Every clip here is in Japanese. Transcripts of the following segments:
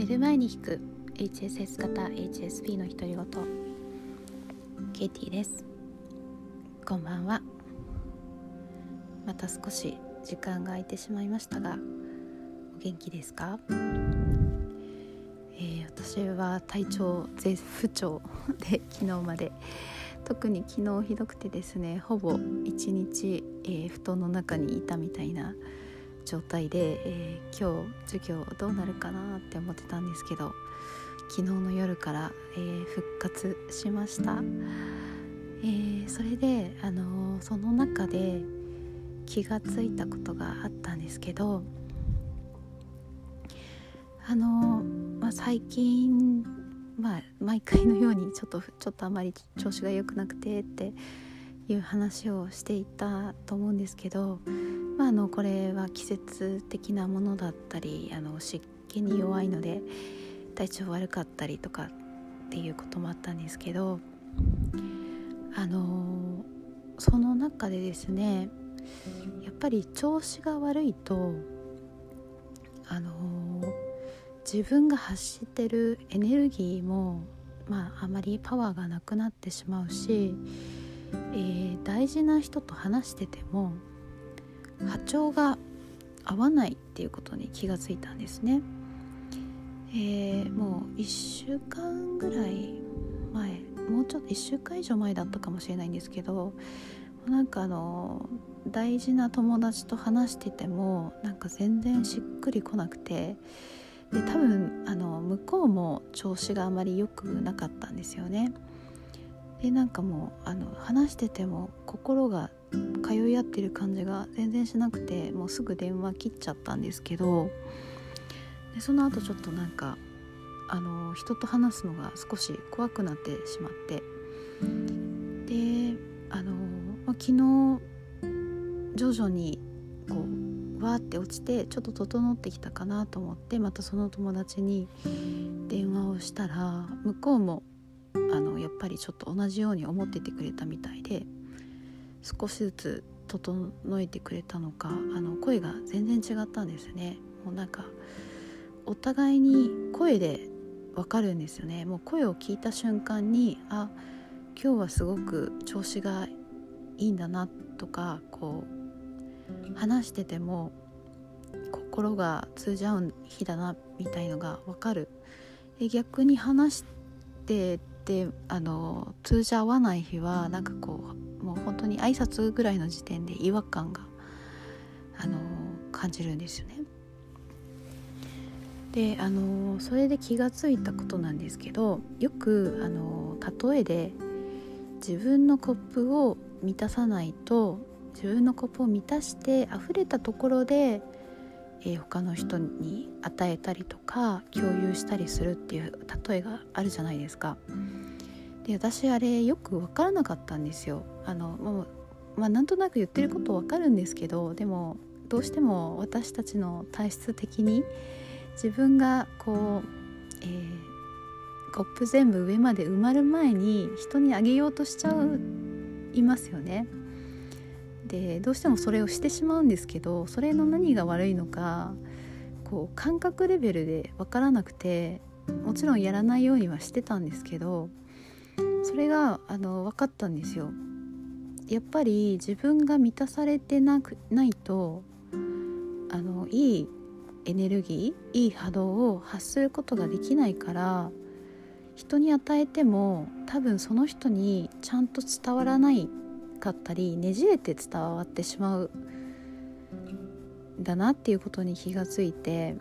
寝る前に弾く HSS 型 HSP の独り言、ケイティです。こんばんは。また少し時間が空いてしまいましたが、お元気ですか？私は体調絶不調で昨日まで、特に昨日ひどくてですね、ほぼ一日、布団の中にいたみたいな状態で、今日授業どうなるかなって思ってたんですけど、昨日の夜から、復活しました。それで、その中で気がついたことがあったんですけど、最近、毎回のようにちょっとあまり調子が良くなくてっていう話をしていたと思うんですけど、これは季節的なものだったり、湿気に弱いので体調悪かったりとかっていうこともあったんですけど、その中でですね、やっぱり調子が悪いと自分が発してるエネルギーもあまりパワーがなくなってしまうし、大事な人と話してても波長が合わないっていうことに気がついたんですね。もう1週間ぐらい前、もうちょっと1週間以上前だったかもしれないんですけど、大事な友達と話してても全然しっくりこなくて、で多分向こうも調子があまり良くなかったんですよね。でもう話してても心が通い合ってる感じが全然しなくて、もうすぐ電話切っちゃったんですけど、でその後ちょっと人と話すのが少し怖くなってしまって、で昨日徐々にわーって落ちてちょっと整ってきたかなと思って、またその友達に電話をしたら、向こうもやっぱりちょっと同じように思っててくれたみたいで、少しずつ整えてくれたのか、声が全然違ったんですね。もうお互いに声で分かるんですよね。もう声を聞いた瞬間に、今日はすごく調子がいいんだなとか、話してても心が通じ合う日だなみたいのが分かる。で逆に話してて通じ合わない日はもう本当に挨拶ぐらいの時点で違和感が感じるんですよね。でそれで気がついたことなんですけど、よく例えで自分のコップを満たさないと、自分のコップを満たして溢れたところで、他の人に与えたりとか共有したりするっていう例えがあるじゃないですか。で私あれよく分からなかったんですよ。なんとなく言ってること分かるんですけど、でもどうしても私たちの体質的に自分がコップ全部上まで埋まる前に人にあげようとしちゃいますよね。でどうしてもそれをしてしまうんですけど、それの何が悪いのか感覚レベルで分からなくて、もちろんやらないようにはしてたんですけど、それが分かったんですよ。やっぱり自分が満たされてないといいエネルギー、いい波動を発することができないから、人に与えても多分その人にちゃんと伝わらないかったり、ねじれて伝わってしまうんだなっていうことに気がついて、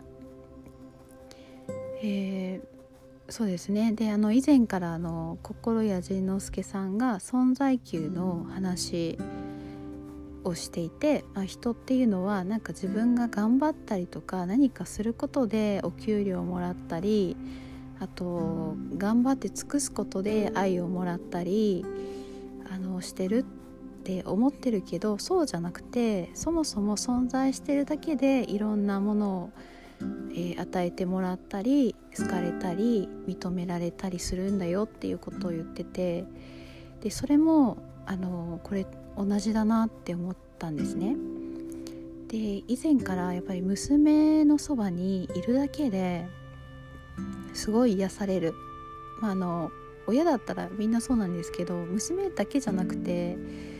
そうですね。で以前から心谷仁之助さんが存在級の話をしていて、人っていうのは自分が頑張ったりとか何かすることでお給料をもらったり、あと頑張って尽くすことで愛をもらったりしてるって思ってるけど、そうじゃなくて、そもそも存在してるだけでいろんなものを、与えてもらったり好かれたり認められたりするんだよっていうことを言ってて、でそれもこれ同じだなって思ったんですね。で以前からやっぱり娘のそばにいるだけですごい癒される。親だったらみんなそうなんですけど、娘だけじゃなくて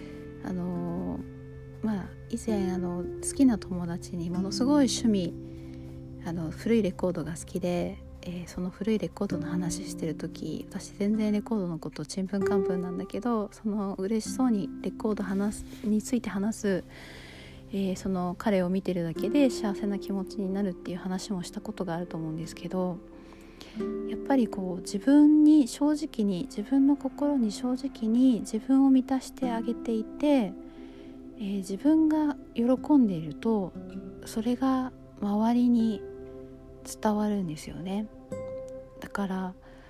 以前好きな友達にものすごい趣味古いレコードが好きで、その古いレコードの話してる時、私全然レコードのことちんぷんかんぷんなんだけど、その嬉しそうにレコードについて話す、その彼を見てるだけで幸せな気持ちになるっていう話もしたことがあると思うんですけど、やっぱりこう自分に正直に、自分の心に正直に自分を満たしてあげていて、自分が喜んでいるとそれが周りに伝わるんですよね。だから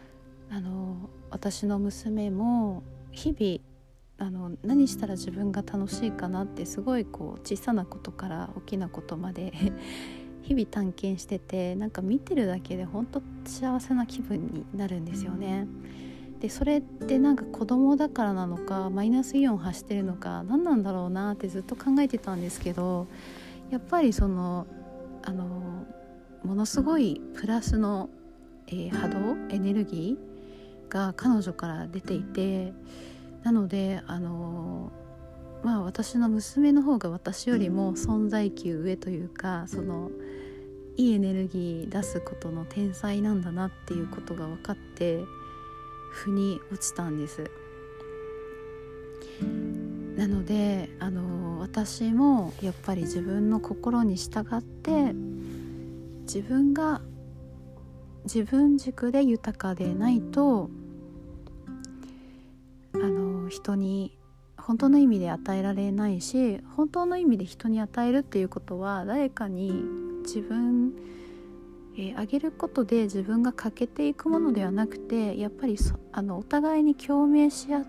私の娘も日々何したら自分が楽しいかなってすごいこう小さなことから大きなことまで日々探検してて、なんか見てるだけで本当幸せな気分になるんですよね。でそれってなんか子供だからなのかマイナスイオンを発してるのか何なんだろうなってずっと考えてたんですけど、やっぱりものすごいプラスの、波動エネルギーが彼女から出ていて、なので私の娘の方が私よりも存在級上というか、いいエネルギー出すことの天才なんだなっていうことが分かって腑に落ちたんです。なので私もやっぱり自分の心に従って自分が自分軸で豊かでないと人に本当の意味で与えられないし、本当の意味で人に与えるっていうことは誰かに自分あげることで自分が欠けていくものではなくて、やっぱりお互いに共鳴し合って、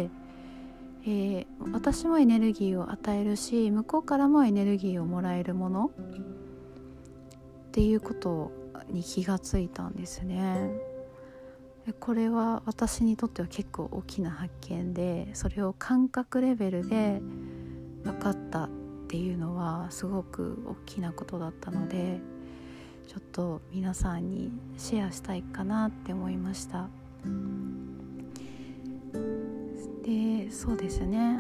私もエネルギーを与えるし向こうからもエネルギーをもらえるものっていうことに気がついたんですね。これは私にとっては結構大きな発見で、それを感覚レベルで分かったっていうのはすごく大きなことだったので、ちょっと皆さんにシェアしたいかなって思いました。でそうですね、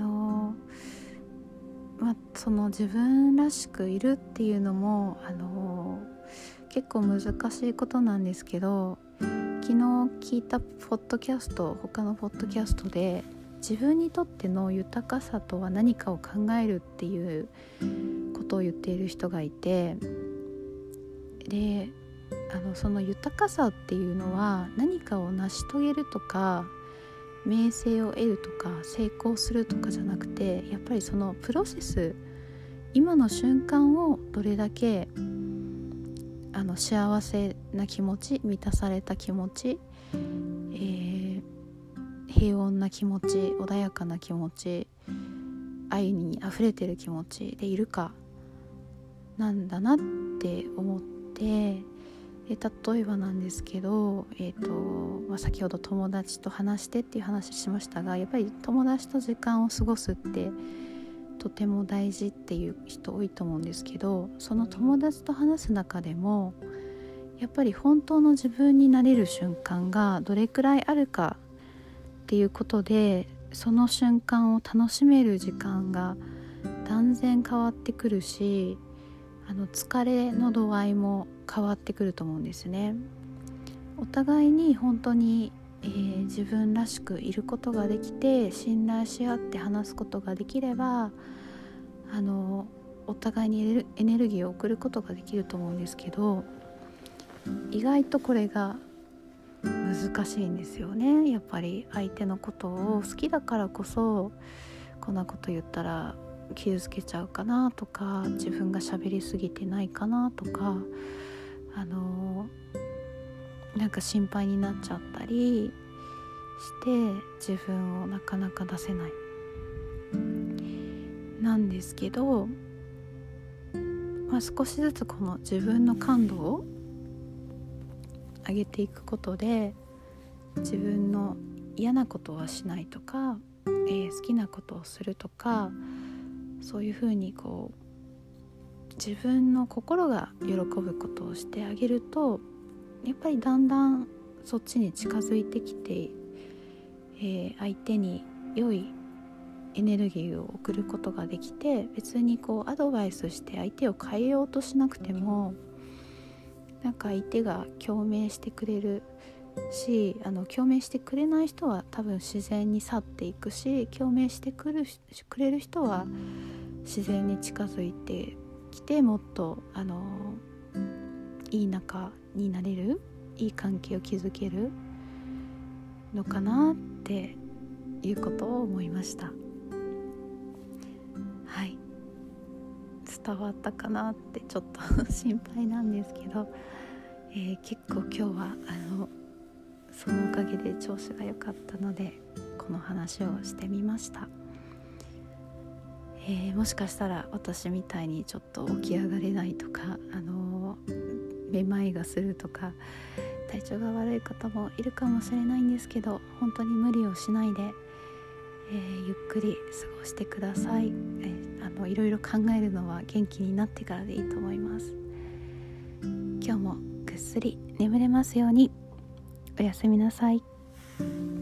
その自分らしくいるっていうのも結構難しいことなんですけど、昨日聞いた他のポッドキャストで自分にとっての豊かさとは何かを考えるっていうことを言っている人がいて、でその豊かさっていうのは何かを成し遂げるとか名声を得るとか成功するとかじゃなくて、やっぱりそのプロセス、今の瞬間をどれだけ幸せな気持ち、満たされた気持ち、平穏な気持ち、穏やかな気持ち、愛にあふれてる気持ちでいるかなんだなって思って、例えばなんですけど、先ほど友達と話してっていう話しましたが、やっぱり友達と時間を過ごすってとても大事っていう人多いと思うんですけど、その友達と話す中でもやっぱり本当の自分になれる瞬間がどれくらいあるかっていうことで、その瞬間を楽しめる時間が断然変わってくるし、疲れの度合いも変わってくると思うんですね。お互いに本当に、自分らしくいることができて、信頼し合って話すことができればお互いにエネルギーを送ることができると思うんですけど、意外とこれが難しいんですよね。やっぱり相手のことを好きだからこそ、こんなこと言ったら傷つけちゃうかなとか、自分が喋りすぎてないかなとかなんか心配になっちゃったりして自分をなかなか出せないなんですけど、少しずつこの自分の感度を上げていくことで、自分の嫌なことはしないとか、好きなことをするとか、そういうふうにこう自分の心が喜ぶことをしてあげると、 やっぱりだんだんそっちに近づいてきて、相手に良いエネルギーを送ることができて、別にこうアドバイスして相手を変えようとしなくても、なんか相手が共鳴してくれるし、共鳴してくれない人は多分自然に去っていくし、共鳴してくれる人は自然に近づいてきて、もっといい仲になれる、いい関係を築けるのかなっていうことを思いました。はい、伝わったかなってちょっと心配なんですけど、結構今日はそのおかげで調子が良かったのでこの話をしてみました。もしかしたら私みたいにちょっと起き上がれないとか、めまいがするとか体調が悪い方もいるかもしれないんですけど、本当に無理をしないで、ゆっくり過ごしてください。いろいろ考えるのは元気になってからでいいと思います。今日もぐっすり眠れますように。おやすみなさい。